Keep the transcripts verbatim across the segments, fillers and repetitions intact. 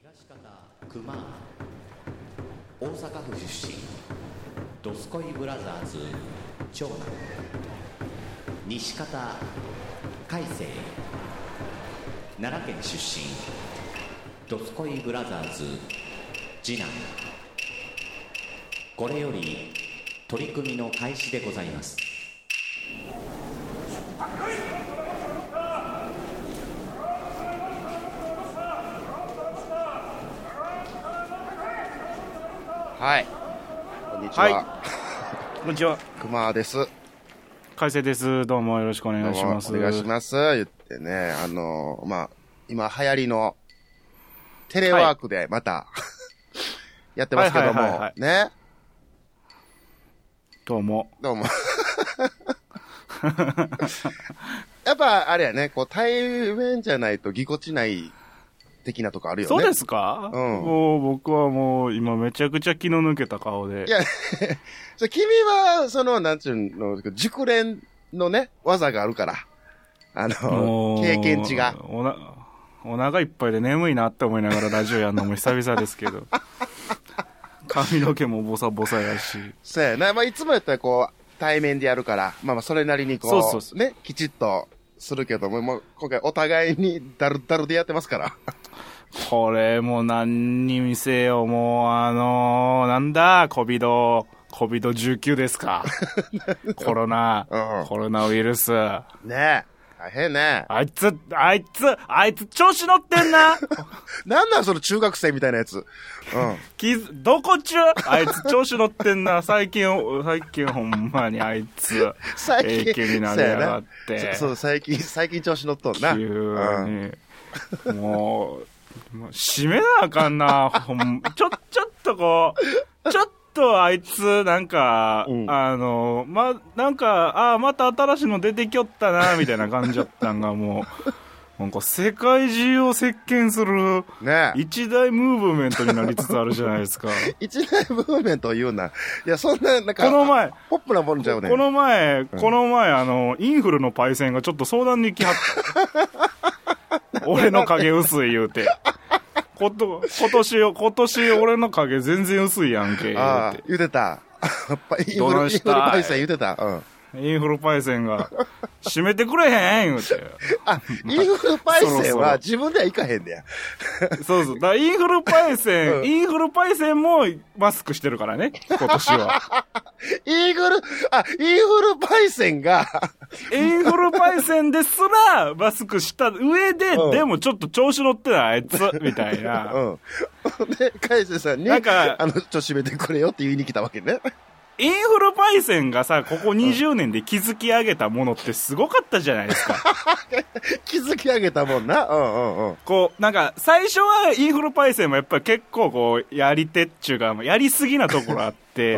東方熊大阪府出身どすこいブラザーズ長男西方海星奈良県出身どすこいブラザーズ次男。これより取り組みの開始でございます。 はい、こんにちは。 はい、こんにちは。 熊です。 海星です。どうもよろしくお願いします。 お願いします。言ってね、あのまあ今流行りのテレワークでまた、はい、やってますけども、はいはいはいはい、ね。 どうも。 どうも。やっぱあれやね、こう対面じゃないとぎこちない的なとこあるよね。 そうですか？うん。もう僕はもう今めちゃくちゃ気の抜けた顔で。 いや、君はそのなんちゅうの熟練のね技があるから、あの経験値が。 おなお腹いっぱいで眠いなって思いながらラジオやるのも久々ですけど。髪の毛もボサボサやし。 そうやな。まあいつもやったらこう対面でやるから、まあまあそれなりにこう、そうそうそうね、きちっとするけども、もう今回お互いにダルダルでやってますから。 これも何に見せよう、もうあのー、なんだ、コビド、コビドじゅうきゅう ですか。コロナ、うん、コロナウイルス。 ねえ。大変ね。 あいつ、あいつ、あいつ調子乗ってんな。 なんなんその中学生みたいなやつ。うん。 きどこ中あいつ調子乗ってんな。最近、最近ほんまにあいつ。最近。ええになりやがって。 そう、そう、最近、最近調子乗っとんな。 急に。うん、もう、締めなあかんな。ほんちょ、ちょっとこう、ちょっとあいつ、なんか、うん、あの、ま、なんか、ああ、また新しいの出てきよったな、みたいな感じだったんが、もう、なんか世界中を席巻する、ね、一大ムーブメントになりつつあるじゃないですか。 一大ムーブメントを言うな。いや、そんな、なんか、 この前、 ポップなもんちゃうね。 この前、うん、この前、あの、インフルのパイセンがちょっと相談に来はった。俺の影薄い言うて。こと、今年、今年俺の影全然薄いやんけ。 ああ、言うてた。インフルパイセン言うてた。うん。 インフルパイセンが、閉めてくれへん言うて。 あ、インフルパイセンは自分ではいかへんねや。 そうそう。だからインフルパイセン、うん、インフルパイセンもマスクしてるからね、今年は。 インフル、あ、インフルパイセンが、 インフルパイセンですらマスクした上で、うん、でもちょっと調子乗ってないあいつ、みたいな。うん。 で、カイセさんに、なんか、あの、ちょっと閉めてくれよって言いに来たわけね。 インフルパイセンがさ、ここにじゅうねんで築き上げたものってすごかったじゃないですか。 築き上げたもんな。うんうんうん。 こう、なんか、最初はインフルパイセンもやっぱり結構こう、やり手っちゅうか、やりすぎなところあって、うん、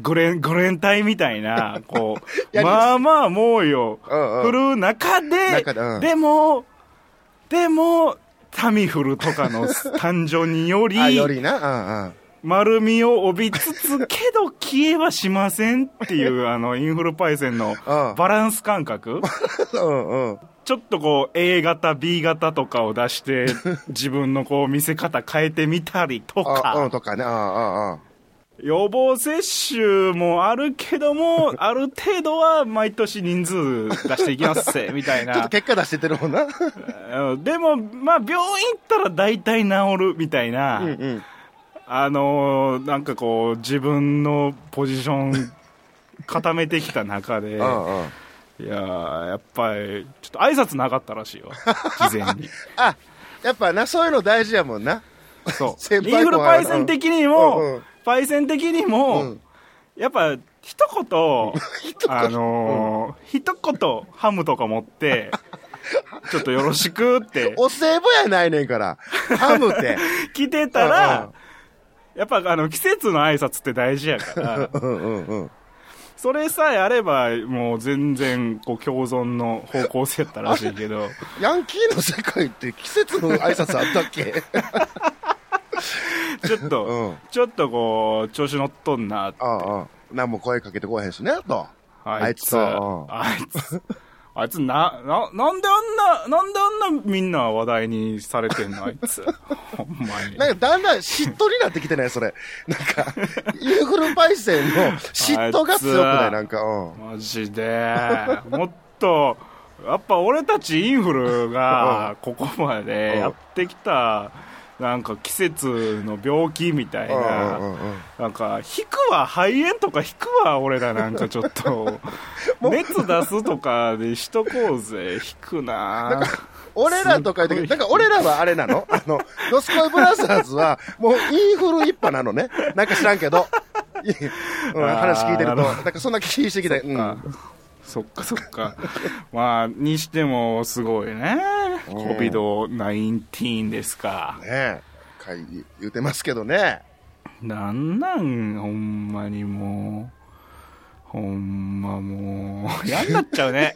グレン、グレン隊みたいな、こう、まあまあ猛威を振る中で、中でうん、でも、でも、タミフルとかの誕生により、 あ、よりな、うんうん。 丸みを帯びつつけど消えはしませんっていうあのインフルパイセンのバランス感覚、うんうん、ちょっとこう A 型 B 型とかを出して自分のこう見せ方変えてみたりとか、 うん、とかね、あああ予防接種もあるけどもある程度は毎年人数出していきますせみたいなちょっと結果出してってるもんなでもまあ病院行ったら大体治るみたいな、うんうん、あのー、なんかこう自分のポジション固めてきた中でああいやーやっぱりちょっと挨拶なかったらしいよ事前にあやっぱなそういうの大事やもんなそうインフルパイセン的にも、うんうん、パイセン的にも、うん、やっぱ一言あのー、一言ハムとか持ってちょっとよろしくってお歳暮やないねんからハムって来てたら、うんうんやっぱあの季節の挨拶って大事やからうんうん、うん、それさえあればもう全然こう共存の方向性やったらしいけどヤンキーの世界って季節の挨拶あったっけちょっと、うん、ちょっとこう調子乗っとんなってあああ何も声かけてこへんしねとあいつあいつあいつな、な、なんであんな、なんであんなみんな話題にされてんのあいつ。ほんまに。 なんかだんだん嫉妬になってきてないそれ。なんか、インフルパイセンの嫉妬が強くないなんか、うん。 マジで。もっと、やっぱ俺たちインフルがここまでやってきた、なんか季節の病気みたいな、なんか引くわ、肺炎とか引くわ、俺らなんかちょっと、熱出すとかでしとこうぜ、引くな俺らとか言って、なんか俺らはあれなのあの、ドスコイブラザーズはもうインフル一派なのね。なんか知らんけど。うん、話聞いてると、なんかそんな気してきて、うん。 そっかそっか。まあ、にしてもすごいね。コビドナインティーン ですか。 ねえ。会議言うてますけどね。 なんなんほんまにもう。ほんまもう。嫌になっちゃうね。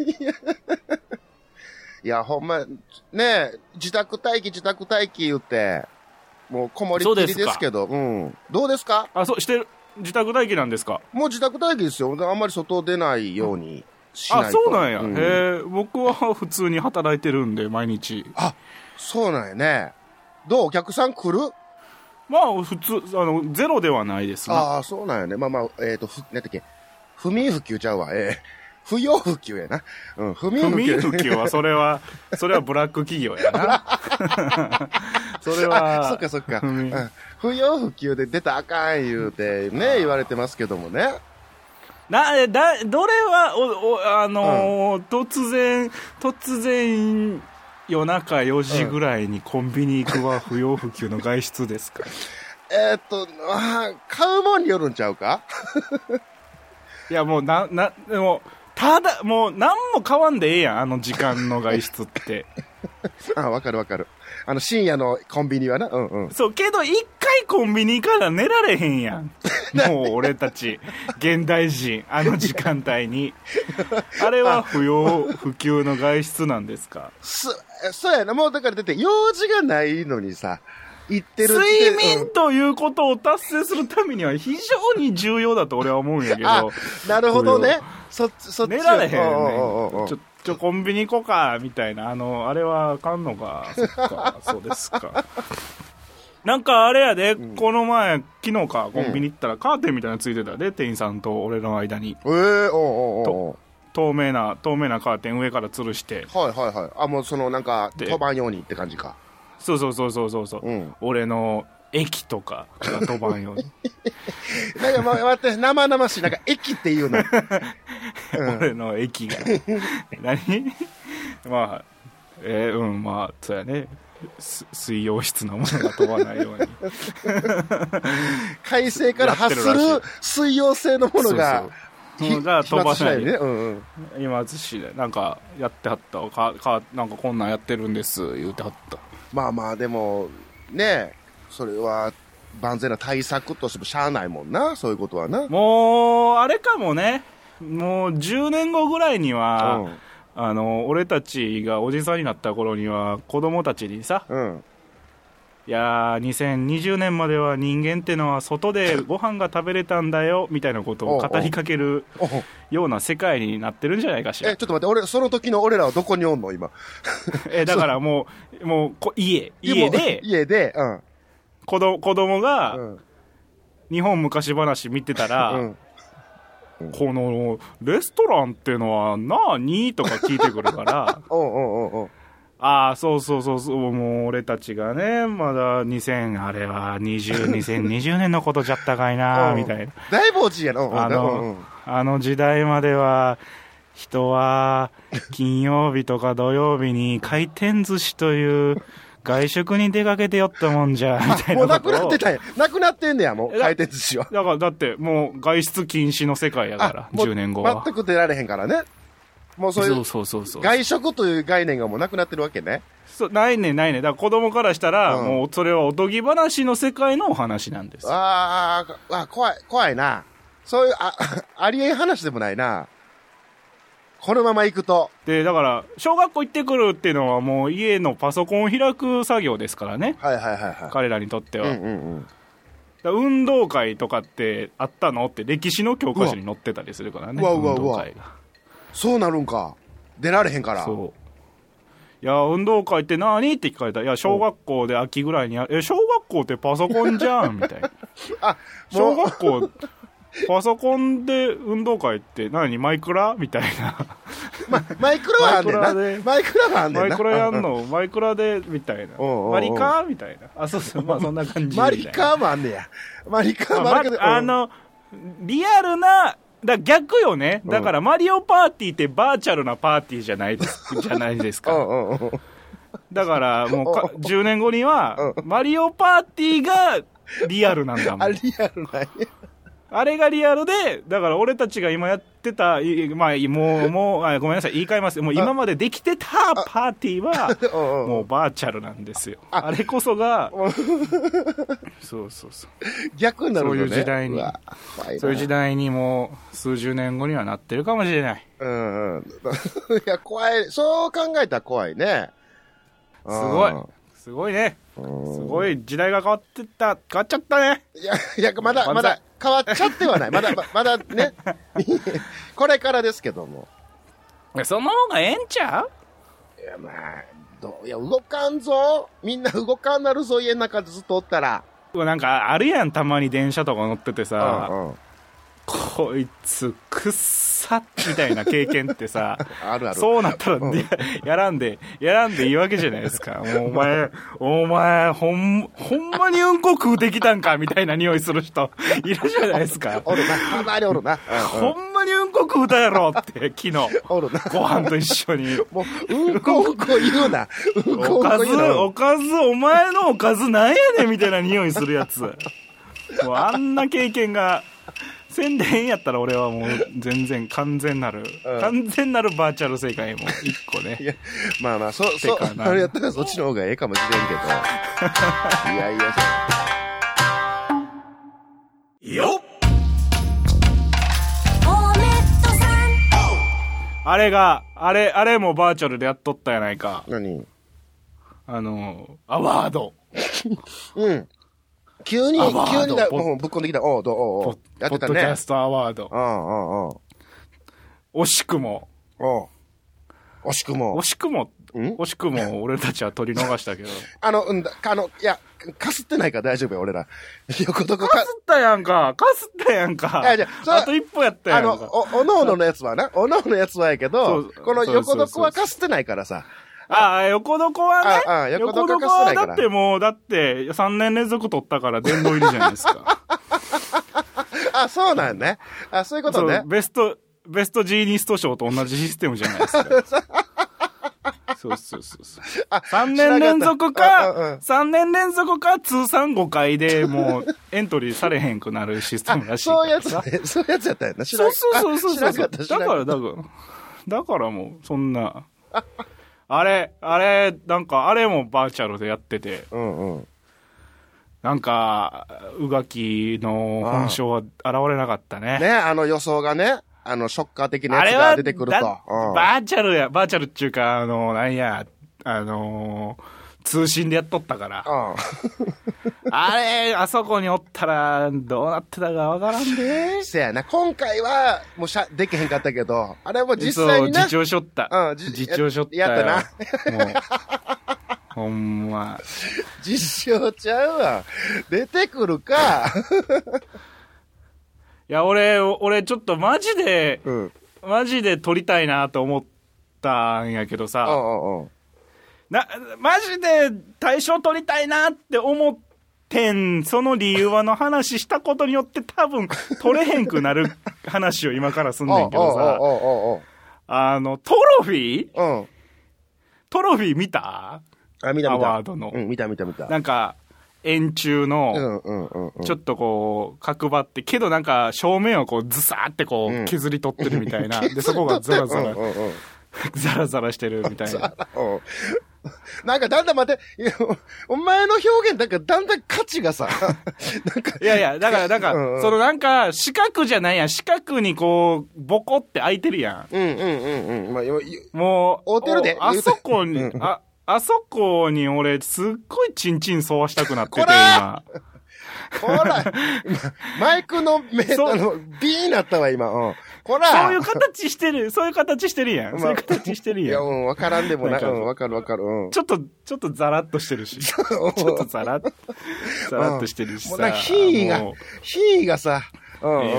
いや、ほんま、ねえ、自宅待機自宅待機言って、もうこもりっきりですけど、うん。どうですか？ あ、そう、してる。自宅待機なんですか？ もう自宅待機ですよ。あんまり外出ないように。 あ、そうなんや、うん、へえ。僕は普通に働いてるんで毎日。 あ、そうなんやね。どうお客さん来る？ まあ普通あのゼロではないですね。 ああ、そうなんやね。まあまあ、えっ、ー、と、なんだっけ、不眠不休ちゃうわ。えー、不要不急やな。うん、不眠不休。 不眠不休はそれはそれはブラック企業やな。それはそっかそっか。うん、不要不急で出たらあかん言うてね言われてますけどもね。 な、だ、どれは、お、お、あのーうん、突然、突然、夜中よじぐらいにコンビニ行くは不要不急の外出ですか？ えーっと、あ、買うもんによるんちゃうか？ いや、もう、な、な、でも、ただ、もう、何も買わんでええやん、あの時間の外出って。 あ、わかるわかる。あの、深夜のコンビニはな。うんうん。 そう、けど、一回コンビニ行から寝られへんやん。もう、俺たち、現代人、あの時間帯に。あれは不要不急の外出なんですか？ そ、そうやな。もう、だから、だって、用事がないのにさ、行ってる睡眠ということを達成するためには非常に重要だと俺は思うんやけど。 あ、なるほどね。そっち、そっち。 寝られへんね。ちょちょ、コンビニ行こうか、みたいな。あの、あれはあかんのか。そっか、そうですか。なんかあれやで、うん、この前、昨日か、コンビニ行ったらカーテンみたいなのついてたで、店員さんと俺の間に。 えー、おうおうおう。 透明な、透明なカーテン上から吊るして。 はいはいはい。あ、もうそのなんか、飛ばんようにって感じか。 そうそうそうそうそうそう、うん、俺の駅とかが飛ばんように。 なんか待って、生々しい、なんか駅っていうの。 うん、俺の駅が。何まあ、えー、うん、まあ、そうやね。水溶質のものが飛ばないように。 海水から発する水溶性のものが。そうそうが飛ばないね。うんうん。今津市でなんかやってはったかかなんかこんなんやってるんです言うてはった。 まあまあでもねそれは万全な対策としてもしゃあないもんなそういうことはな。 もうあれかもねもうじゅうねんごぐらいには、うん、あの俺たちがおじさんになった頃には子供たちにさ。うん、いやーにせんにじゅうねんまでは人間ってのは外でご飯が食べれたんだよみたいなことを語りかけるような世界になってるんじゃないかしら。 えちょっと待って俺その時の俺らはどこにおんの今。 えだからもうもうこ家家で家で、うん、 子ど子供が、うん、日本昔話見てたら、うんうん、このレストランってのは何とか聞いてくるから。おうおうおうおうああ、そうそうそうそう、もう俺たちがね、まだにせん、あれはにじゅう、にせんにじゅうねんのことじゃったかいな、みたいな。 だいぶ落ちやろ、 あの、あの時代までは、人は金曜日とか土曜日に回転寿司という外食に出かけてよったもんじゃ、みたいな。 もうなくなってたんや。なくなってんねや、もう、回転寿司は。 だから、だってもう外出禁止の世界やから、じゅうねんごは。 全く出られへんからね。もうそういう、 そうそうそう外食という概念がもうなくなってるわけね。 そう、ないねないね。だから子供からしたら、うん、もうそれはおとぎ話の世界のお話なんです。 ああ、怖い、怖いな。そういう、あ、ありえん話でもないな。このまま行くと。 で、だから、小学校行ってくるっていうのはもう家のパソコンを開く作業ですからね。 はいはいはいはい。 彼らにとっては。 うんうんうん。 だ運動会とかってあったのって歴史の教科書に載ってたりするからね。 うわうわうわ。運動会が。そうなるんか。 出られへんから。 そう。いや、運動会って何って聞かれたら、いや、小学校で秋ぐらいにやる、え、小学校ってパソコンじゃんみたいな。あ、小学校、パソコンで運動会って何マイクラみたいな。 ま、マイクラはあんねんな。マイクラはあんねんな。 マイクラやんのマイクラで、みたいな。おうおうおうマリカみたいな。あ、そうそう、まあそんな感じ。 マリカもあんねや。マリカもあるけど。あの、リアルな、だ逆よね。だからマリオパーティーってバーチャルなパーティーじゃないです、じゃないですか。うんうんうんだからもうかじゅうねんごには、マリオパーティーがリアルなんだもん。 あ、リアルなんや。 あれがリアルで、だから俺たちが今やってた、まあ、もう、もう、あごめんなさい、言い換えます。もう今までできてたパーティーは、もうバーチャルなんですよ。あれこそが、そうそうそう。 逆になるのね。 そういう時代に、そういう時代にもう数十年後にはなってるかもしれない。 うんうん。いや、怖い。そう考えたら怖いね。 すごい。すごいね。すごい時代が変わってった、変わっちゃったね。 いや、いや、まだ、まだ変わっちゃってはない。まだ、まだね。これからですけども。 その方がええんちゃう？いや、まあ、どういや、動かんぞ。みんな動かんなるぞ、家の中でずっとおったら。 なんか、あるやん、たまに電車とか乗っててさ、 うんうん、 こいつ、くっさみたいな経験ってさ、 あるあるそうなったら、うん、や, やらんで、やらんでいいわけじゃないですか。もうお前、お前、ほん、ほんまにうんこ食うてきたんかみたいな匂いする人、いるじゃないですか。 おるな、たまにおるな。 うんうん、ほんまにうんこ食うたやろって、昨日。おるな。ご飯と一緒に。 もう、うんこうんこ言うな。 うんこうんこ言うな。おかず、おかず、お前のおかずなんやねんみたいな匂いするやつ。もうあんな経験が、せんでええんやったら俺はもう全然完全なる、うん、完全なるバーチャル世界も一個ね。いや、 まあまあ、そ、そ、あれやったらそっちの方がええかもしれんけど。いやいや、 よっあれが、あれ、あれもバーチャルでやっとったやないか。 何？ あの、アワード。 うん。急に、急にだ、もうぶっこんできた。おう、どう、おう、おう。やってたね。 ポッドキャストアワード。 うんうんうん。 惜しくも。 おう。惜しくも。 惜しくも。惜しくも、俺たちは取り逃したけど。 あの、うんだ、あの、いや、かすってないから大丈夫よ、俺ら。横どこか。かすったやんか。かすったやんか。いや、じゃあ、あと一歩やったやんか。 あの、お、おのおののやつはな、おのおのやつはやけど、この横どこはかすってないからさ。 ああ、横床はね。 ああ、横床はだってもう、だって、さんねん連続取ったから殿堂入りじゃないですか。 あ、そうなんね。あ、そういうことね。 ベスト、ベストジーニスト賞と同じシステムじゃないですか。そうそうそうそう。さんねん連続か、さんねん連続か、通算ごかいでもうエントリーされへんくなるシステムらしい。 そういうやつね。そういうやつやったよな。 そうそうそうそう。だから、だから、だからもう、そんな。あれ、あれ、なんか、あれもバーチャルでやってて、 うんうん、 なんか、うがきの本性は現れなかったね。 ね、あの予想がね、あの、ショッカー的なやつが出てくると。 うん、バーチャルや、バーチャルっていうか、あの、なんや、あのー、通信でやっとったから。うん、あれ、あそこにおったら、どうなってたかわからんで。 せやな、今回は、もうしゃ、できへんかったけど、あれも実際にな。 そう、自重しょった。 うん、 自重しょったよ。 やったな。もう。 ほんま。 実証ちゃうわ。出てくるか。 いや、俺、俺、ちょっとマジで、 うん、 マジで撮りたいなと思ったんやけどさ。 うんうんうん、 な、マジで対象取りたいなって思ってん、その理由はの話したことによって多分取れへんくなる話を今からすんねんけどさ、あの、トロフィー、 うん、 トロフィー見た？ あ、見た見た。 アワードの。 うん、見た見た見た。 なんか、円柱の、ちょっとこう、角張って、けどなんか正面をこう、ズサーってこう、削り取ってるみたいな。で、そこがザラザラ、ザラザラしてるみたいな。 なんかだんだん待って、お前の表現、なんかだんだん価値がさ、 なんか。いやいや、だから、なんか、うんうん、そのなんか、四角じゃないやん。四角にこう、ボコって開いてるやん。うんうんうんうん。まあ、 もう、 おてるで。 あそこに、うん、あ、あそこに俺、すっごいチンチン沿わしたくなってて、今。 ほら、マイクの目、あの、ビーになったわ、今。うん。 ほらそういう形してる、そういう形してるやん。まあ、そういう形してるやん。いや、 うん、わからんでもない。うん、わかるわかる。うん。 ちょっと、ちょっとザラッとしてるし。ちょっとザラッ、ザラッとしてるしさ。 もうなんか、ヒーが、ヒーがさ、うんうんうん。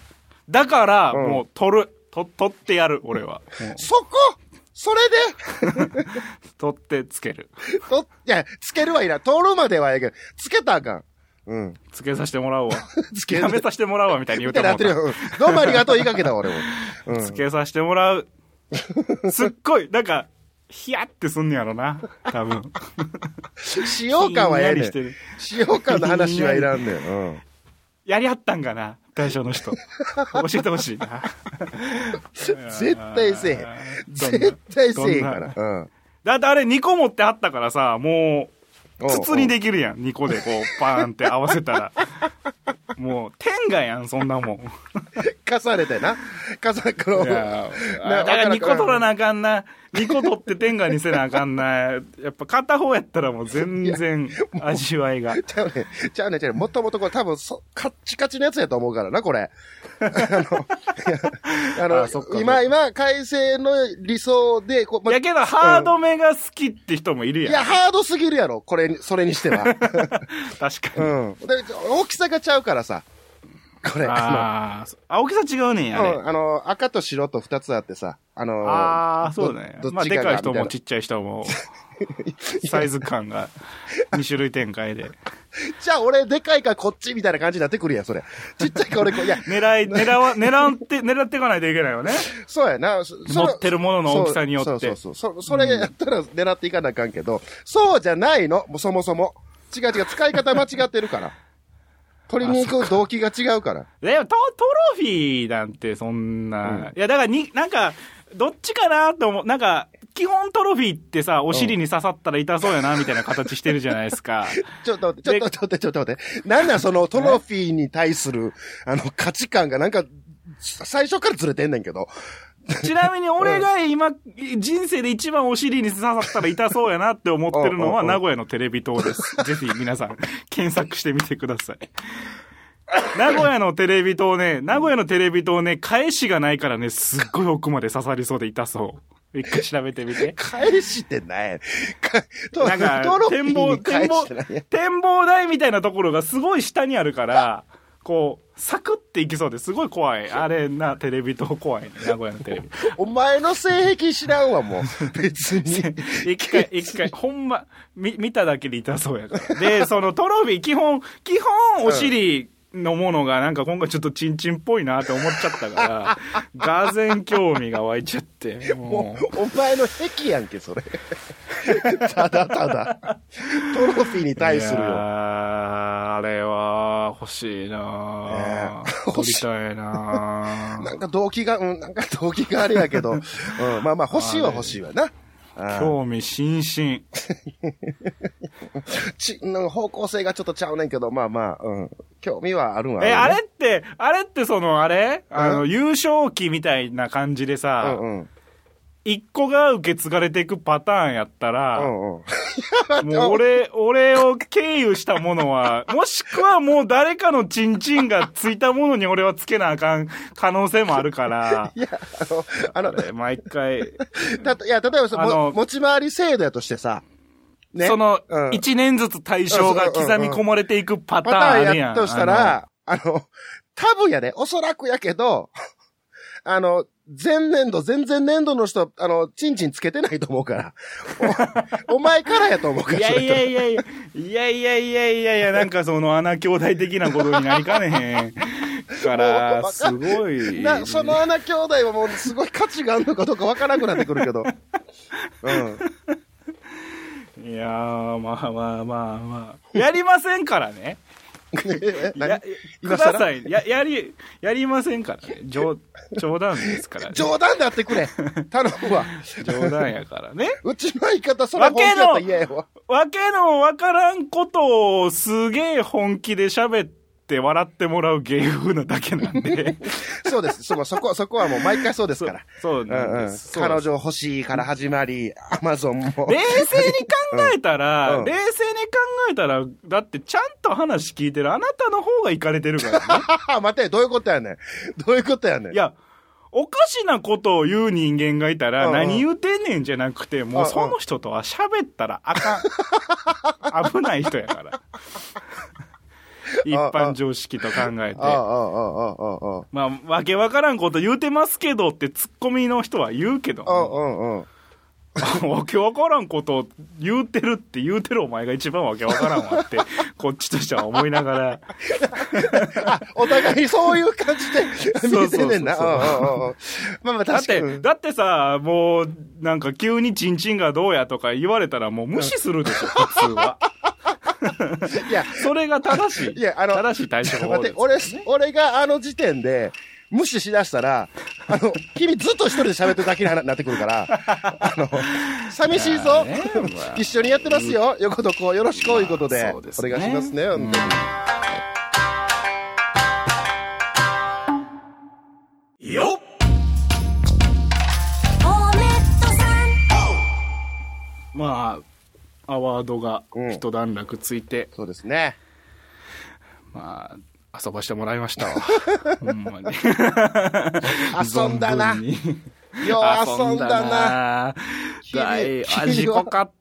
だから、うん、もう、取る。と、取ってやる、俺は。 そこそれで取ってつける。 と、いや、つけるはいいな。取るまではいいけど、つけたらあかん。うん。 つけさせてもらうわ。つけやめさせてもらうわ、みたいに言うてもらった。 どうもありがとう、言いかけた俺も。 うん、つけさせてもらう。すっごい、なんか、ヒヤってすんねやろな。多分。 使用感はやりしてる。使用感の話はいらんねん。うん。 やりはったんかな対象の人。教えてほしいな。 絶対せえへん。絶対せえへんから。うん。 だってあれにこ持ってあったからさ、もう、筒にできるやん。にこでこう、パーンって合わせたら。もう、天下やん、そんなもん。 重ねてな。重ね、この、 だからにこ取らなあかんな。にこ取って天下にせなあかんな。やっぱ片方やったらもう全然味わいが。 ちゃうね。ちゃうね、ちゃうね。もともとこれ多分そ、カッチカチのやつやと思うからな、これ。あの、あのあ今、今、改正の理想で、 こう、ま、やけど、ハードめが好きって人もいるやん。 いや、ハードすぎるやろ、これ、それにしては。確かに。うん。 大きさがちゃうからさ。これ、 ああ、大きさ違うねんや、ね。 うん、あの、赤と白と二つあってさ、あのー、 ああ、そうね。まあ、でかい人もちっちゃい人も、サイズ感がに種類展開で。 じゃあ、俺、でかいかこっちみたいな感じになってくるやん、それ。ちっちゃいか俺、いや。 狙い、狙わ、狙って、狙っていかないといけないよね。 そうやな。 持ってるものの大きさによって。 そうそうそうそう。そ、それやったら狙っていかなあかんけど、うん、そうじゃないの、もうそもそも。違う違う、使い方間違ってるから。取りに行く動機が違うから。 でもト、トロフィーなんてそんな、うん、いやだからに、なんか、どっちかなと思う、なんか、基本トロフィーってさ、お尻に刺さったら痛そうやな、みたいな形してるじゃないですか。 ちょっと待って、ちょっと待って、ちょっと待って。なんなんそのトロフィーに対する、あの、価値観がなんか、最初からずれてんねんけど。 ちなみに俺が今、人生で一番お尻に刺さったら痛そうやなって思ってるのは名古屋のテレビ塔です。ぜひ皆さん検索してみてください。名古屋のテレビ塔ね、名古屋のテレビ塔ね、返しがないからね、すっごい奥まで刺さりそうで痛そう。一回調べてみて。 返しってないなんか、展望、展望、展望台みたいなところがすごい下にあるから、こう、サクっていきそうですごい怖い。あれな、テレビ塔怖いね。名古屋のテレビ。 お前の性癖知らんわ、もう。別に。 一回、一回、ほんま、み、見ただけで痛そうやから。で、そのトロフィー、基本、基本お尻のものがなんか今回ちょっとチンチンっぽいなって思っちゃったから、がぜん興味が湧いちゃって。 もう、お前の癖やんけ、それ。ただただ。トロフィーに対するよ。 あれは欲しいなぁ。ね、取りたいなぁ。 なんか動機が、うん、なんか動機があれやけど、うん、まあまあ欲しいは欲しいわな。 興味津々。 ち、の方向性がちょっとちゃうねんけど、まあまあ、うん。興味はあるんわ、ね。 え、あれって、あれってその、あれあの、優勝旗みたいな感じでさ、うんうん、一個が受け継がれていくパターンやったら、うんうん、もう俺、俺を経由したものは、もしくはもう誰かのチンチンがついたものに俺はつけなあかん可能性もあるから、 いや、あの、あの、 毎回。 たいや、例えばその、持ち回り制度やとしてさ、 ね、その、一、うん、年ずつ対象が刻み込まれていくパターンあるやん。パターンやとしたら、あの、あの多分やで、おそらくやけど、あの、前年度、前々年度の人、あの、チンチンつけてないと思うから。お, お前からやと思うから。 いやいやいやいや、いやいやいやいやいや、なんかその穴兄弟的なことになりかねへん。から、すごい。 な、その穴兄弟はもうすごい価値があるのかどうかわからなくなってくるけど。うん。 いやー、まあまあまあまあ。やりませんからね。や、ください。や、やり、やりませんからね。冗、冗談ですからね。 冗談でやってくれ。頼むわ。 冗談やからね。 うちの相方、それ本気やったら嫌やわ。 わけのわからんことをすげえ本気で喋って笑ってもらう芸風なだけなんで。 そうです。そこ、そこ、そこはもう毎回そうですから。 そうなんです。 うんうん、彼女欲しいから始まり、アマゾンも。 冷静に考えたら、うんうん、冷静に考えたら、だってちゃんと話聞いてるあなたの方がイカれてるからね。 待て、どういうことやねん。どういうことやねん。 いや、 おかしなことを言う人間がいたら、 うんうん、 何言うてんねんじゃなくて、もうその人とは喋ったらあかん。危ない人やから。一般常識と考えて。まあ、わけわからんこと言うてますけどってツッコミの人は言うけど。わけわからんことを言うてるって言うてるお前が一番わけわからんわって、こっちとしては思いながら。 お互いそういう感じで見えてんねんな。まあまあ確かに。 だって、だってさ、もう、なんか急にチンチンがどうやとか言われたらもう無視するでしょ、普通は。いや、それが正しい。いや、あの、正しい対処法です、ね。 俺、俺があの時点で、無視しだしたら、あの、君ずっと一人で喋ってるだけになってくるから、あの、寂しいぞ。ねまあ、一緒にやってますよ。横どこよろしくということで、まあでね、お願いしますね、本当に。よっまあ、アワードが一段落ついて、 うん、そうですね。 まあ、遊ばしてもらいましたわ。ほんまに。 遊んだな。よう遊んだな。 味濃かった。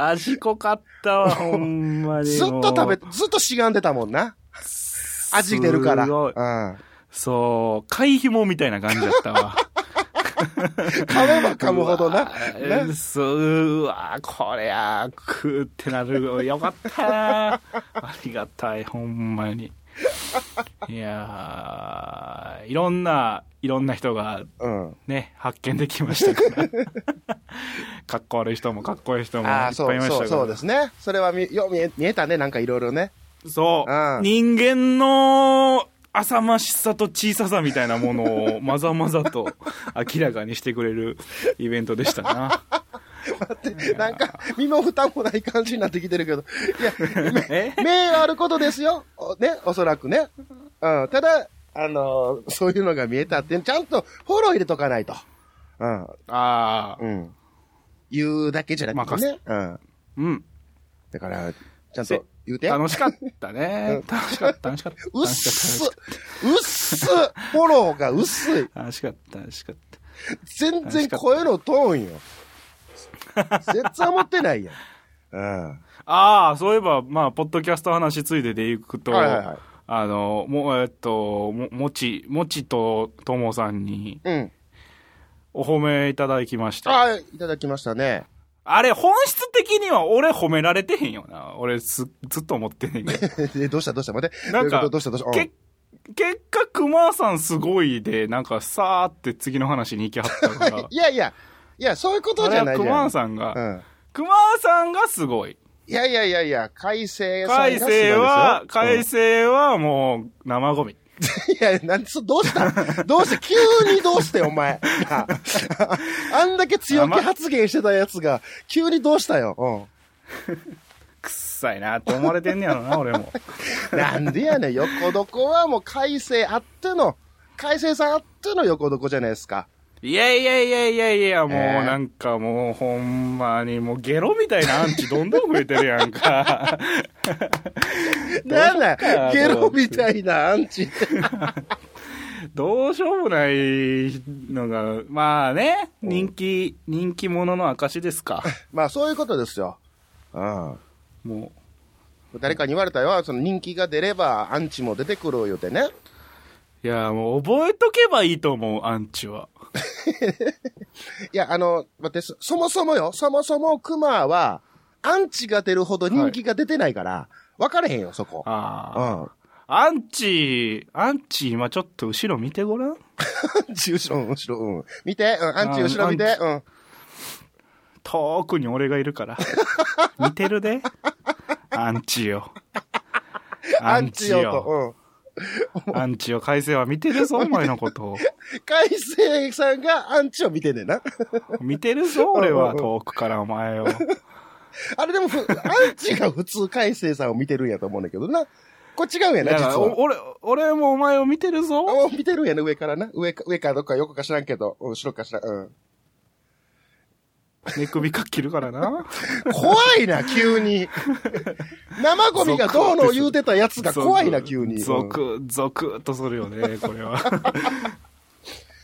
味濃かったわ、ほんまに。 ずっと食べ、ずっとしがんでたもんな。味出るから。うん、 そう、貝紐みたいな感じだったわ。 噛めば噛むほどな。 ね、そう、うわ、これや、食うってなる。よかったな。ありがたい、ほんまに。いやー、いろんな、いろんな人が、ね、うん、発見できましたから。かっこ悪い人もかっこいい人もいっぱいいましたから。 そう、そうですね。それはみよ見え、見えたね、なんかいろいろね。 そう、うん。人間の、浅ましさと小ささみたいなものをまざまざと明らかにしてくれるイベントでしたな。 待って、なんか身も蓋もない感じになってきてるけど、いや、名あることですよ。ね、おそらくね。うん、ただ、あのー、そういうのが見えたって、ちゃんとフォロー入れとかないと。うん。 ああ。 うん。言うだけじゃなくてね。うん。 うん。 だから、ちゃんと言うて。 楽しかったね。楽しかった、楽しかった。 うっす、うっす、フォローが薄い。 楽しかった、楽しかった。 全然声のトーンよ。絶対思ってないやん。うん。 ああ、そういえば、まあ、ポッドキャスト話ついででいくと、はいはいはい、あの、も、えっと、も、もち、もちとともさんに、うん。お褒めいただきました。 はい、いただきましたね。 あれ、本質的には俺褒められてへんよな。俺す、ずっと思ってんねんけど。どうしたどうした待って。 なんか、 どうしたどうした、 け結果、熊さんすごいで、なんか、さーって次の話に行きはったから。 いやいや、いや、そういうことじゃないじゃん。 熊さんが、うん、熊さんがすごい。 いやいやいやいや、海星さんが海星は、海星はもう、生ゴミ。 いや、なんそ、どうしたどうして急にどうしてお前。あんだけ強気発言してたやつが、急にどうしたよ。うん。 くっさいなって思われてんねやろな、俺も。 なんでやねん、横床はもう海星あっての、海星さんあっての横床じゃないですか。 いやいやいやいやいや、もうなんかもうほんまにもうゲロみたいなアンチどんどん増えてるやんか。 なんだゲロみたいなアンチって。 どうしようもないのが、まあね、人気、人気者の証ですか。 まあそういうことですよ。うん。もう。誰かに言われたよ、その人気が出ればアンチも出てくるよってね。 いや、もう覚えとけばいいと思う、アンチは。 いや、あの、待って、そ、そもそもよ、そもそもクマは、アンチが出るほど人気が出てないから、分かれへんよ、そこ。 ああ。うん。アンチ、アンチ、今ちょっと後ろ見てごらん。アンチ後ろ、後ろ、うん。見て、うん、アンチ後ろ見て、うん。 遠くに俺がいるから。見てるで。アンチよ。 アンチよと、うん。 アンチを海星は見てるぞ、お前のことを。 海星さんがアンチを見てんねんな。 見てるぞ、俺は遠くからお前を。 あれでも、アンチが普通海星さんを見てるんやと思うんだけどな。これ違うんやな、実は。 俺、俺もお前を見てるぞ。 見てるんやな、上からな。上か、上かどっか横か知らんけど、後ろか知らん。うん。 寝首かっ切るからな。 怖いな、急に。生ゴミがどうの言うてたやつが怖いな、急に。 ゾク、ゾクっとするよね、これは。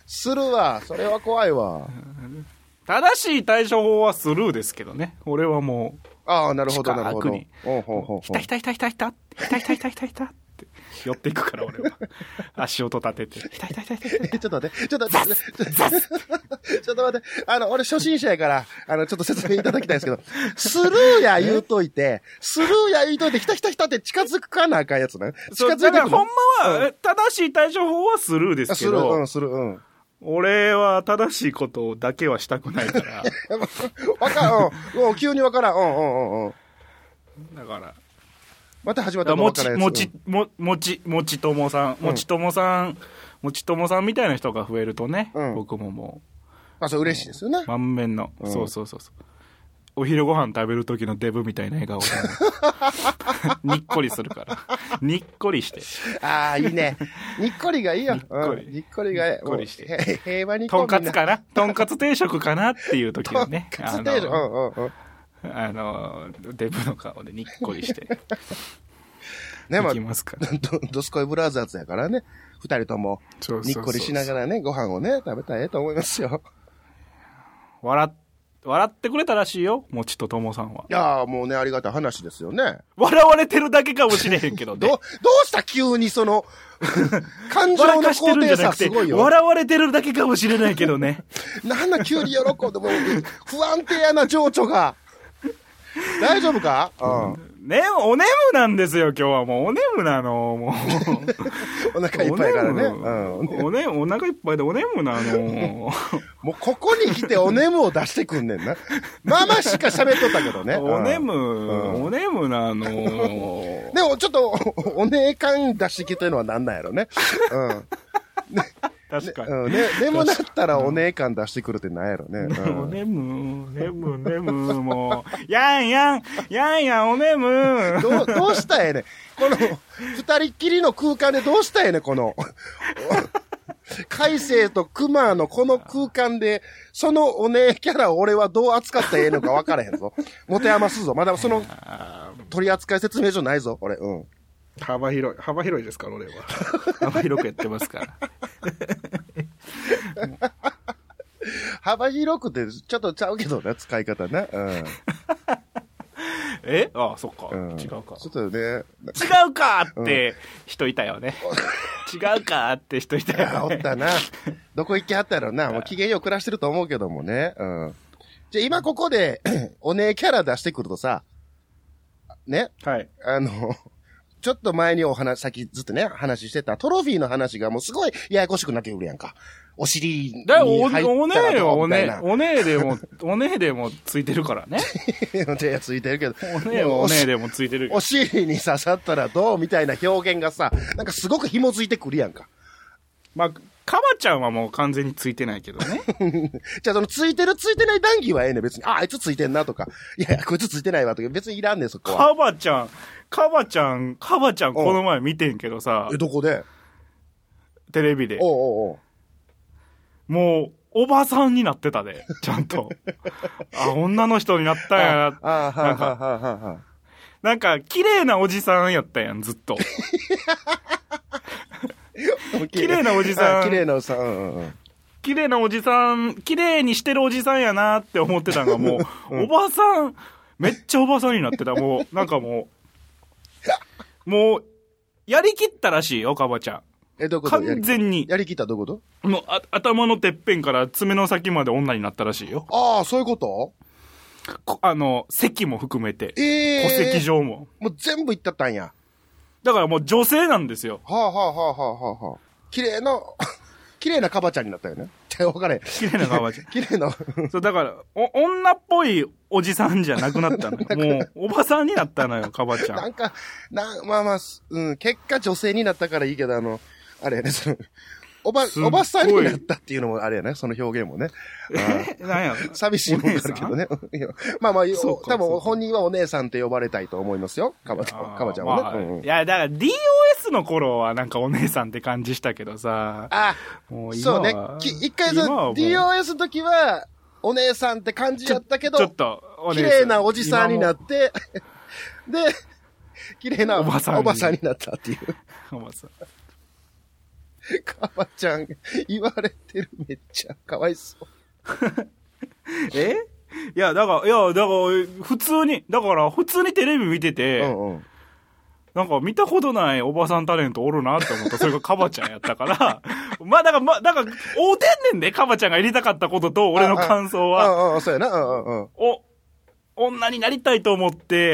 するわ。それは怖いわ。 正しい対処法はスルーですけどね。俺はもう。 ああ、なるほど、なるほど。 近くに。ほうほうほう。ひたひたひたひたひた。ひたひたひたひたひた。って寄っていくから俺は。足音立てて。ひたひたひたひたひた。 ちょっと待って、ちょっと待って。ちょっと待って。あの、俺初心者やから、あの、ちょっと説明いただきたいんですけど、スルーや言うといて、スルーや言うといて、ひたひたひたって近づくかなあかんやつね。近づいてくる。 だからほんまは、正しい対処法はスルーですけど。 スルー、うん、スルー、うん。 俺は正しいことだけはしたくないから。 わかん、うん、急にわからん、うん、うん、うん。 だから。 また始まったらもち、もち、も、もち、もちともさん、もちともさん、もちともさんみたいな人が増えるとね、うん、僕ももう。あ、そう、嬉しいですよね。 満面の、うん、そうそうそうそう。お昼ご飯食べる時のデブみたいな笑顔で、にっこりするから。にっこりして。 ああ、いいね。にっこりがいいよ。にっこり。うん、にっこりがいい。 にっこりして。 平和にとんかつかなとんかつ定食かなっていう時のね。 とんかつ定食。うんうんうん。 あの、デブの顔でにっこりして。 ね、まあ、 いきますかど、どすこいブラザーズやからね。二人とも、にっこりしながらね、ご飯をね、食べたらええと思いますよ。 笑っ、笑ってくれたらしいよ、もちとともさんは。 いやーもうね、ありがたい話ですよね。 笑われてるだけかもしれへんけどね。 ど、どうした急にその、感情の肯定さすごいよ。 笑われてるだけかもしれないけどね。 なんだ急に喜んでも、不安定やな情緒が。大丈夫か？うん。 ね、お眠なんですよ、今日はもう。お眠なの、もう。お腹いっぱいからね。うん。おね、お腹いっぱいでお眠なの。もうここに来てお眠を出してくんねんな。まあまあしか喋っとったけどね。 お眠、お眠なの。 でもちょっと、おねえ感出してきてるのはなんなんやろね。うん。ね確かに。 ね、うん、ね、眠なったらお姉感出してくるってなんやろね。 うん、お眠、眠、眠、もう。やんやん、やんやん、お眠。 どう、どうしたらええねん。この、二人っきりの空間でどうしたらええねん、この。海星と熊のこの空間で、そのお姉キャラを俺はどう扱ったらええのか分からへんぞ。持て余すぞ。まだその、取扱説明書ないぞ、俺。うん。 幅広い、幅広いですから、俺は。幅広くやってますから。 幅広くてちょっとちゃうけどな、使い方ね。うん、 えああ、そっか、うん。違うか。 ちょっとね。違うかって人いたよね。うん、違うかって人いたよね。 おったな。どこ行きはったやろな。もう機嫌よく暮らしてると思うけどもね。うん。じゃあ今ここで、お姉キャラ出してくるとさ、ね。 はい。 あの、ちょっと前にお話、さっきずっとね、話してたトロフィーの話がもうすごいややこしくなってくるやんか。お尻に入ったらどうみたいな。おねえよ、おねえ、おねえでも、おねえでもついてるからね。 手がついてるけど。 おねえはおねえでもついてるけど。 お尻に刺さったらどうみたいな表現がさ、なんかすごく紐づいてくるやんか。 まあ、カバちゃんはもう完全についてないけどね。 じゃあそのついてるついてない談義はええね別に。あ、あいつついてんなとか。いやいや、こいつついてないわとか別にいらんねんそこは。 カバちゃん、カバちゃん、カバちゃんこの前見てんけどさ。 え、どこで？ テレビで。 おうおうおう。 もう、おばさんになってたで、ちゃんと。あ、女の人になったんやな。 ああ、はいはいはいはい。 なんか、綺麗なおじさんやったやん、ずっと。綺麗なおじさん。 綺麗なおじさん。うんうん。 綺麗なおじさん、綺麗にしてるおじさんやなって思ってたのがもう、うん、おばさん、めっちゃおばさんになってた。もう、なんかもう、もう、やりきったらしいよ、かばちゃん。 え、どういうこと？ 完全に。 やりきったどういうこと？もうあ、頭のてっぺんから爪の先まで女になったらしいよ。 ああ、そういうこと？ あの、席も含めて。 ええー。 戸籍上も。 もう全部いったったんや。 だからもう女性なんですよ。 はあはあはあはあはあはあ。綺麗な、綺麗なカバちゃんになったよね。わかれ。 綺麗なカバちゃん。 綺麗な。 そう、だから、お、女っぽいおじさんじゃなくなったの。もう、おばさんになったのよ、カバちゃん。 なんか、な、まあまあ、うん、結果女性になったからいいけど、あの、あれやね、その、おば、おばさんになったっていうのもあれやね、その表現もね。 えなんや寂しいもんがあるけどね。まあまあ、多分本人はお姉さんって呼ばれたいと思いますよ。かばちゃん、かばちゃんはね。まあうんうん、 いや、だから ディーオーエス の頃はなんかお姉さんって感じしたけどさ。 あ、もう今はそうね。一回その ディーオーエス の時は、お姉さんって感じやったけど、 ちょっと、 綺麗なおじさんになって、で、綺麗なおばさんになったっていう。 おばさん。 カバちゃん、言われてる、めっちゃかわいそう。 えいや、だから、いや、だから、普通に、だから、普通にテレビ見てて、うんうん、なんか見たことないおばさんタレントおるなって思った。それがカバちゃんやったから、まあ、だから、まあ、だから、合うてんねんで、カバちゃんがやりたかったことと、俺の感想は。 ああ、そうやな、うんうん。 お、女になりたいと思って、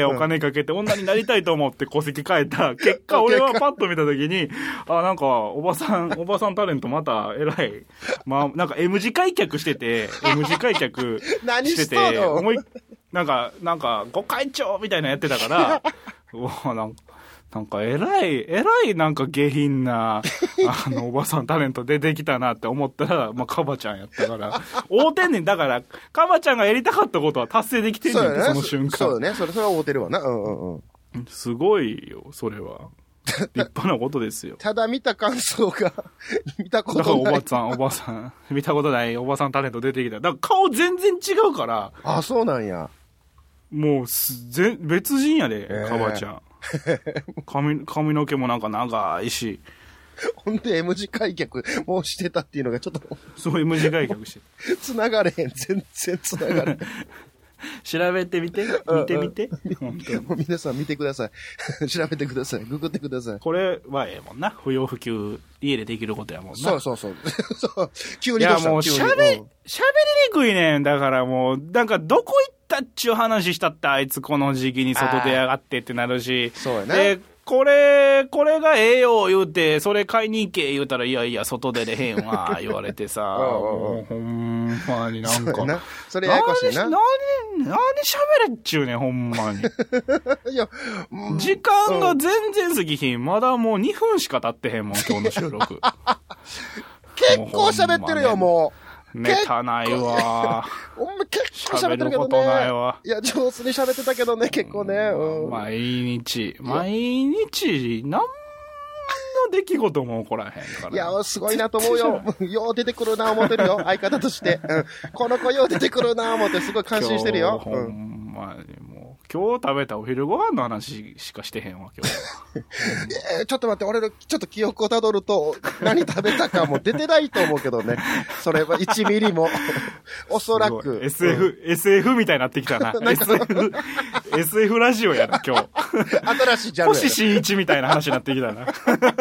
お金かけて、女になりたいと思って戸籍変えた結果、俺はパッと見たときに、あ、なんか、おばさん、おばさんタレントまた偉い。まあ、なんか M 字開脚してて、M 字開脚してて、思い、なんか、なんか、ご会長みたいなやってたから、うわ、なんか、なんか偉い、偉いなんか下品な、あの、おばさんタレント出てきたなって思ったら、まあ、カバちゃんやったから、大天然だから、カバちゃんがやりたかったことは達成できてんねんって、その瞬間。 そうだね、それ、それは大てるわな。うんうんうん。 すごいよ、それは。立派なことですよ。 ただ見た感想が、見たことない。 だからおばさん、おばさん、見たことないおばさんタレント出てきた。だから顔全然違うから。 あ、そうなんや。 もうす、ぜ、別人やで、えー、カバちゃん。髪、髪の毛もなんか長いし。 ほんで M 字開脚もうしてたっていうのがちょっと。 そう、M 字開脚して。 繋がれへん。全然繋がれへん。 調べてみて。見てみて。 本当もう皆さん見てください。調べてください。ググってください。 これはええもんな。不要不急、家でできることやもんな。 そうそうそう。そう急にどうした。 いやもう喋、喋りにくいねん。だからもう、なんかどこ行ったっちゅう話したってあいつこの時期に外出やがってってなるし。 そうやな。 で、これ、これがええよ言うて、それ買いに行け言うたら、いやいや、外出れへんわ、言われてさ。もうほんまになんか。 なそれややこしいな。 何、何、何喋れっちゅうねん、ほんまに。 いや、 時間が全然過ぎひん。まだもうにふんしか経ってへんもん、今日の収録。 結構喋ってるよ、もう。 ネタないわ。 お前結構喋ってるけどね。 喋ることないわ。 いや、上手に喋ってたけどね、結構ね。うん、 毎日、毎日、なんの出来事も起こらへんから。 いや、すごいなと思うよ。よう出てくるな思ってるよ、相方として。うん、この子よう出てくるな思ってすごい感心してるよ。 ほんまにもう。今日食べたお昼ご飯の話しかしてへんわ、今日は。 えー、ちょっと待って、俺のちょっと記憶をたどると、何食べたかも出てないと思うけどね。それはいちミリも。おそらく。 エスエフ、うん、エスエフ みたいになってきたな。エスエフ、エスエフ ラジオやな、今日。 新しいジャンル。 星新一みたいな話になってきたな。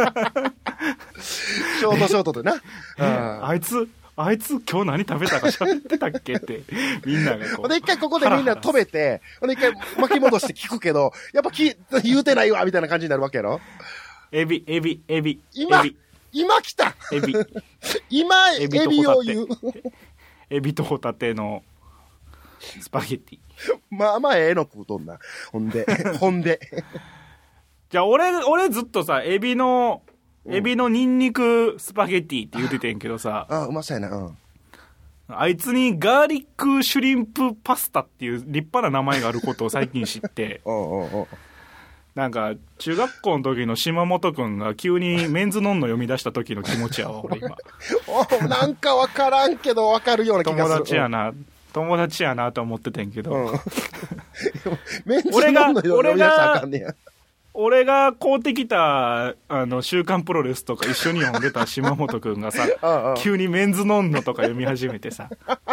ショートショートでな。 あいつ、あいつ今日何食べたか喋ってたっけって、みんながこう。 で、一回ここでみんな止めて、で、一回巻き戻して聞くけど、やっぱき言うてないわ、みたいな感じになるわけやろ。 エビ、エビ、エビ。 今、 エビ今来たエビ。 今、エビを言う。 エビとホタテのスパゲッティ。 まあまあ、ええの食うとんな。ほんで、ほんで。 じゃあ、俺、俺ずっとさ、エビの、エビのニンニクスパゲッティって言っててんけどさ。 ああ、うまそうやな。うん。 あいつにガーリックシュリンプパスタっていう立派な名前があることを最近知って。 おうおうおうなんか、中学校の時の島本くんが急にメンズノンノ読み出した時の気持ちやわ、俺今。 おなんかわからんけどわかるような気がする。 友達やな。友達やなと思っててんけど。 うん、メンズノンノ読み出したらあかんねや。 俺が買うてきた、あの、週刊プロレスとか一緒に読んでた島本くんがさ、ああ急にメンズノンノとか読み始めてさ。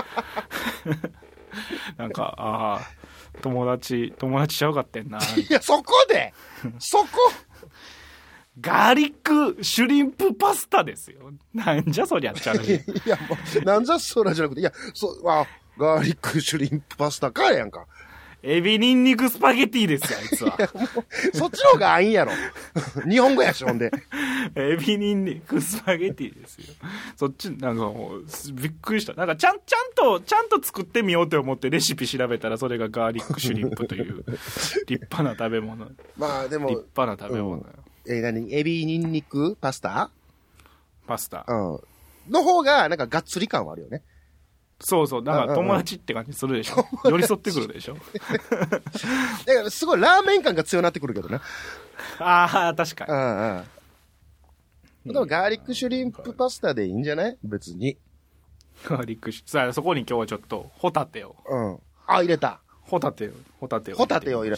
なんか、ああ、友達、友達ちゃうかってんな。 いや、そこでそこガーリックシュリンプパスタですよ。なんじゃそりゃっちゃう。いや、もう、なんじゃそりゃじゃなくて、いや、そう、あ、ガーリックシュリンプパスタかやんか。 エビニンニクスパゲティですよ、あいつは。 いやもうそっちの方があいんやろ。日本語やし、ほんで。 エビニンニクスパゲティですよ。そっち、なんかもう、びっくりした。なんかちゃん、ちゃんと、ちゃんと作ってみようと思ってレシピ調べたら、それがガーリックシュリンプという立派な食べ物。 まあでも、 立派な食べ物。うん、 えー、何エビニンニクパスタパスタ。 うん。の方が、なんかがっつり感はあるよね。 そうそう。だから友達って感じするでしょ。寄り添ってくるでしょ。 だからすごいラーメン感が強くなってくるけどね。 ああ、確かに。 うんうん。でもガーリックシュリンプパスタでいいんじゃない別に。 ガーリックシュさあ、そこに今日はちょっとホタテを。 うん。あ、入れた。 ホタテを。ホタテを。 ホタテを入れる。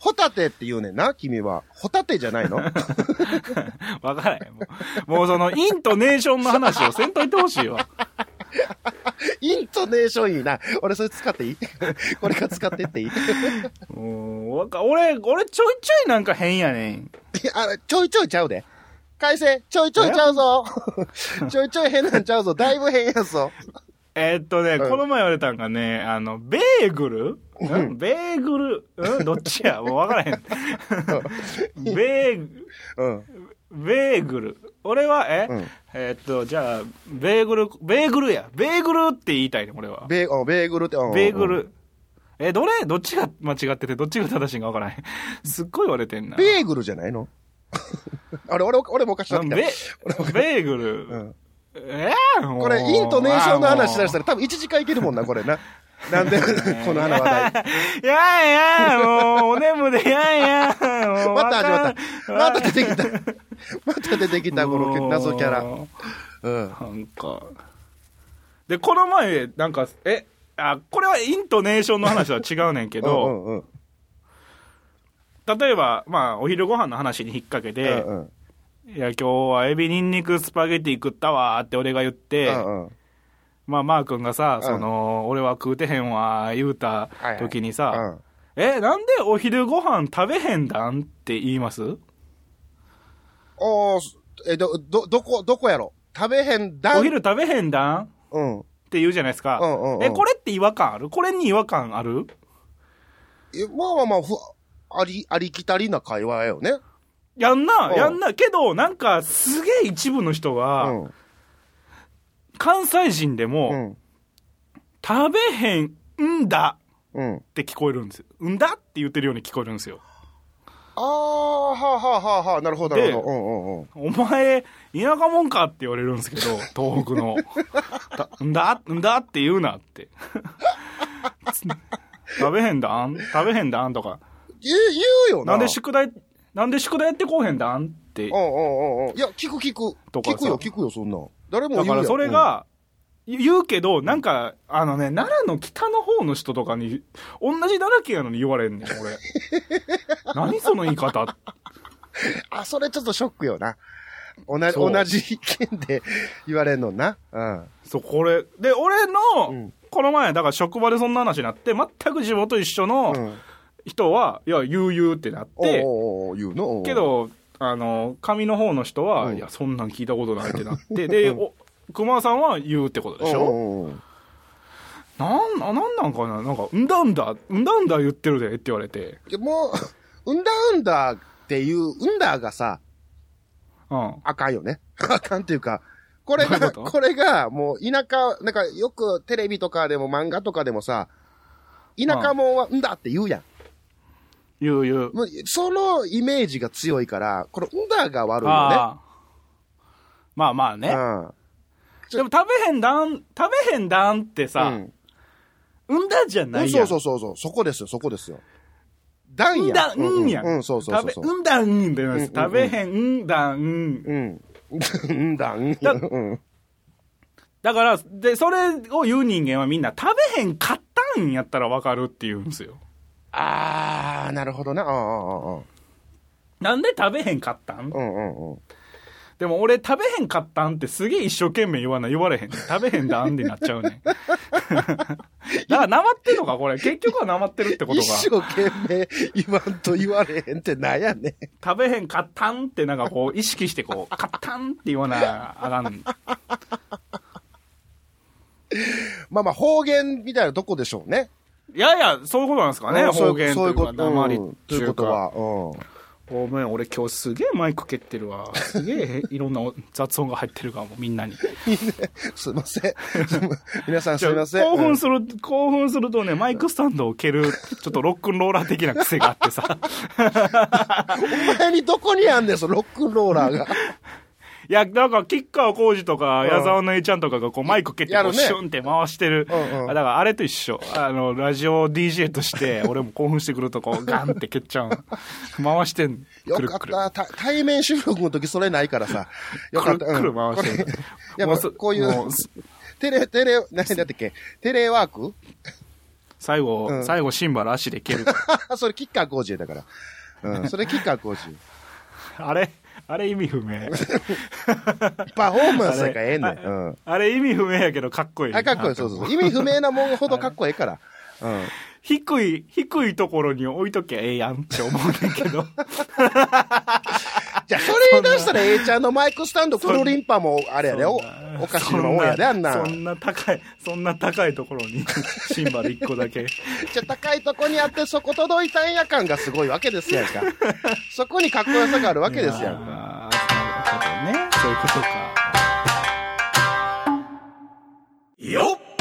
ホタテって言うねんな、君は。ホタテじゃないの？ わからへん。もう、もうその、イントネーションの話をせんといてほしいわ。 イントネーションいいな。俺それ使っていい？これから使ってっていい？ もう、わか、俺、俺ちょいちょいなんか変やねん。 いや、あちょいちょいちゃうで。改正、ちょいちょいちゃうぞ。ちょいちょい変なんちゃうぞ。だいぶ変やぞ。 えー、っとね、 うん、 この前言われたんがね、あの、ベーグル、うん、ベーグル、うん、どっちやもうわからへん。ベー、うん、ベーグル。俺は、え、うん、えー、っと、じゃあ、ベーグル、ベーグルや。ベーグルって言いたいね、俺は。 ベー、ベーグルって、うん、 ベーグル。え、どれどっちが間違ってて、どっちが正しいかわからへん。すっごい言われてんな。 ベーグルじゃないの？あれ、俺、俺もおかしかった。 ベ、ベーグル。うんえー、 これ、イントネーションの話しだしたら多分いちじかんいけるもんな、これな。なんで、この話題。 いやいや、もう、お眠で、いやいや、もう。 また始まった。また出てきた。また出てきた、この謎キャラ。 うん。なんか。で、この前、なんか、え、あ、これはイントネーションの話は違うねんけど、うんうんうん、例えば、まあ、お昼ご飯の話に引っ掛けて、うんうんいや、今日はエビニンニクスパゲティ食ったわって俺が言って、うんうん、まあ、マー君がさ、うん、その、俺は食うてへんわ、言うた時にさ、はいはいうん、え、なんでお昼ご飯食べへんだんって言います？ おー、え、ど、ど、どこ、どこやろ食べへんだんお昼食べへんだんうん。って言うじゃないですか。うんうんうん、え、これって違和感ある？これに違和感ある？ え、まあまあまあ、ふあり、ありきたりな会話やよね。 やんな、やんな。けど、なんか、すげえ一部の人が、うん、関西人でも、うん、食べへんんだって聞こえるんですよ。んだって言ってるように聞こえるんですよ。 あー、はあはあはあはあ、なるほど、なるほど。うんうんうん、 お前、田舎もんかって言われるんですけど、東北の。んだんだって言うなって。食べへんだん食べへんだんとか。 言う、言うよな。 なんで宿題、なんで宿題やってこうへんだんって。うんうんうん。いや、聞く聞く。聞くよ、聞くよ、そんな。誰も言うやん。 だからそれが、うん、言うけど、なんか、あのね、奈良の北の方の人とかに、同じ奈良県やのに言われんねん、俺。何その言い方。 あ、それちょっとショックよな。同じ、同じ県で言われんのな。うん。 そう、これ。で、俺の、うん、この前、だから職場でそんな話になって、全く地元一緒の、うん人は、いや、言う言うってなって、 おうおう言うのけど、あの、上の方の人は、うん、いや、そんなん聞いたことないってなって、で、お熊さんは言うってことでしょおうおうなん、なんなんかななんか、うんだんだ、うんだんだ言ってるでって言われて。 もう、うんだうんだっていう、うんだがさ、うん。あかんよね。あかんっていうか、これが、これが、もう、田舎、なんか、よくテレビとかでも漫画とかでもさ、田舎もんは、うんだって言うやん。 言う言う。 そのイメージが強いから、このんだが悪いよね。あまあまあね。うん、でも食べへんだん、食べへんだんってさ、うん、うんだじゃないやん。 そうそうそうそう、そこですよ、そこですよ。だんや。 んだんやん。 うん、そうそうそう。 食べ、うんだんって言います。食べへんだん。うん。 うんだん。 だだから、で、それを言う人間はみんな食べへんかったんやったらわかるって言うんですよ。 あー、なるほどな。ああああなんで食べへんかったん、うんうんうん、でも俺食べへんかったんってすげえ一生懸命言わな言われへん、ね、食べへんだんってなっちゃうねだからなまってんのかこれ結局はなまってるってことが一生懸命言わんと言われへんってなんやねん食べへんかったんってなんかこう意識してこうかったんって言わなあかんまあまあ方言みたいなとこでしょうね。 いやいや、そういうことなんですかね、方言というか、なりということは。 ごめん、俺今日すげえマイク蹴ってるわ。すげえいろんな雑音が入ってるかも、みんなに。 すいません。皆さんすいません。 興奮する、興奮するとね、マイクスタンドを蹴る、ちょっとロックンローラー的な癖があってさ。 お前にどこにあんねん、そのロックンローラーが。 いや、なんか、吉川浩司とか、矢沢のえちゃんとかが、こう、マイク蹴って、こう、シュンって回してる。うんうん、だから、あれと一緒。あの、ラジオ ディージェー として、俺も興奮してくると、こう、ガンって蹴っちゃう。回してん。 よかった。対面収録の時それないからさ。よかった。 くるくる回してる。 いや、こういう、テレ、テレ、何だったっけテレワーク最後、うん、最後シンバル足で蹴るそれキッカー工事だから、うん、それキッカー工事あれあれ意味不明パフォーマンスがええねん、うん、 あれ意味不明やけどかっこいい。 あ、かっこいい、そうそう、意味不明なもんほどかっこいいから、うん、 低い低いところに置いときゃええやんって思うねんけどじゃあそれ言い出したら A ちゃんのマイクスタンドクルリンパもあれやで、おおかしいの多いやで、あんなそんな高いそんな高いところにシンバルいっこだけじゃあ高いとこにあってそこ届いたんや感がすごいわけですやんかそこにかっこよさがあるわけですやんか。 あー、なるほどね、そういうことかよっ。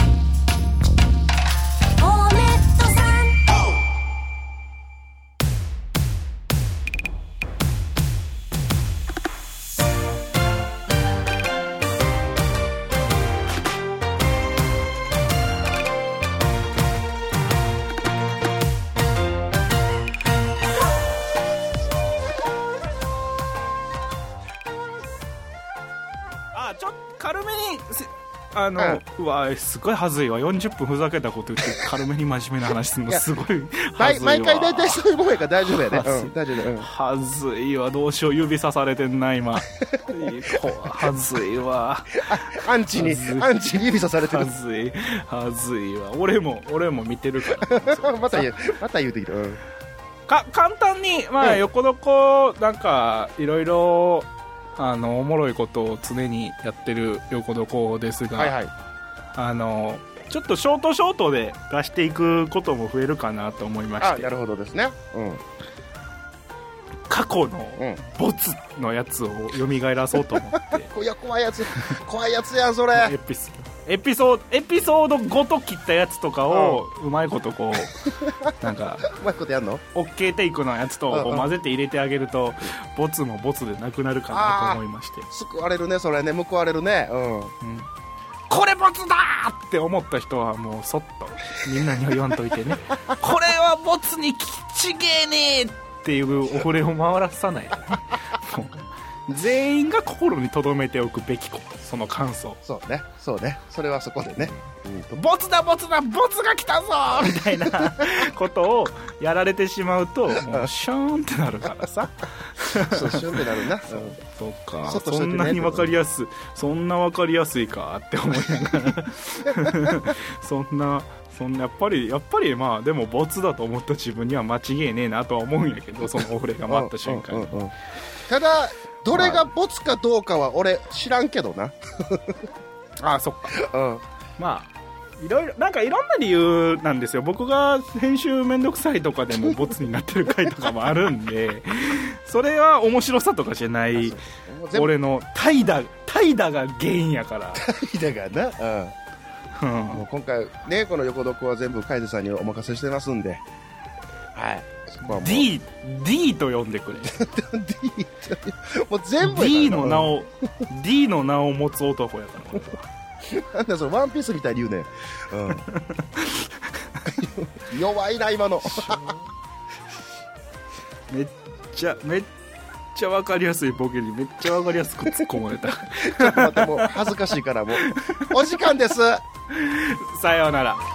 ちょっと軽めにあの、うん、うわすごいはずいわ、よんじゅっぷんふざけたこと言って軽めに真面目な話するのすごいはずいわ。 毎回大体そういうもんやから大丈夫やね、うん、大丈夫、うん、 はずいわ、どうしよう、指さされてんな今はずいわ、 アンチにアンチに指さされてる、 はずいはずいわ、俺も俺も見てるからまた言うまた言うてきた、うん、 か簡単にまあ、うん、横どこなんかいろいろあのおもろいことを常にやってる横どこですが、はいはい、あのちょっとショートショートで出していくことも増えるかなと思いまして。 あ、なるほどですね、うん、 過去のボツのやつを蘇らそうと思っていや怖いやつ怖いやつやんそれエピソエピソードエピソードごと切ったやつとかをうまいことこうなんかうまいことやんの OK テイクのやつとこう混ぜて入れてあげるとボツもボツでなくなるかなと思いまして。 救われるねそれね、報われるね、うんうん、 これボツだーって思った人はもうそっとみんなには言わんといてねこれはボツにちげえねーっていうお触れを回らさない、ね、全員が心に留めておくべきこと、その感想。 そうねそうね、それはそこでね、 うん、ボツだボツだボツが来たぞーみたいなことをやられてしまうともうシャーンってなるからさそうシュンってなるな、うん、 そうか、そ, そんなに分かりやすいそんな分かりやすいかって思いながらそんなそんなやっぱりやっぱりまあでもボツだと思った自分には間違いねえなとは思うんやけど、そのお触れが待った瞬間に、うんうんうん、 ただどれがボツかどうかは俺知らんけどなああそっか、うん、まあいろいろなんかいろんな理由なんですよ。僕が編集めんどくさいとかでもボツになってる回とかもあるんでそれは面白さとかじゃない俺の怠惰怠惰が原因やから怠惰がな、うん、もう今回ねこの横床は全部カイゼさんにお任せしてますんで、はい、 D, D と呼んでくれ D もう全部 D の名をD の名を持つ男やからなんだそのワンピースみたいに言うね、うん、弱いな今のめっちゃめっちゃ分かりやすいボケにめっちゃ分かりやすく突っ込まれたちょっと待ってもう恥ずかしいからもうお時間です。 さようなら。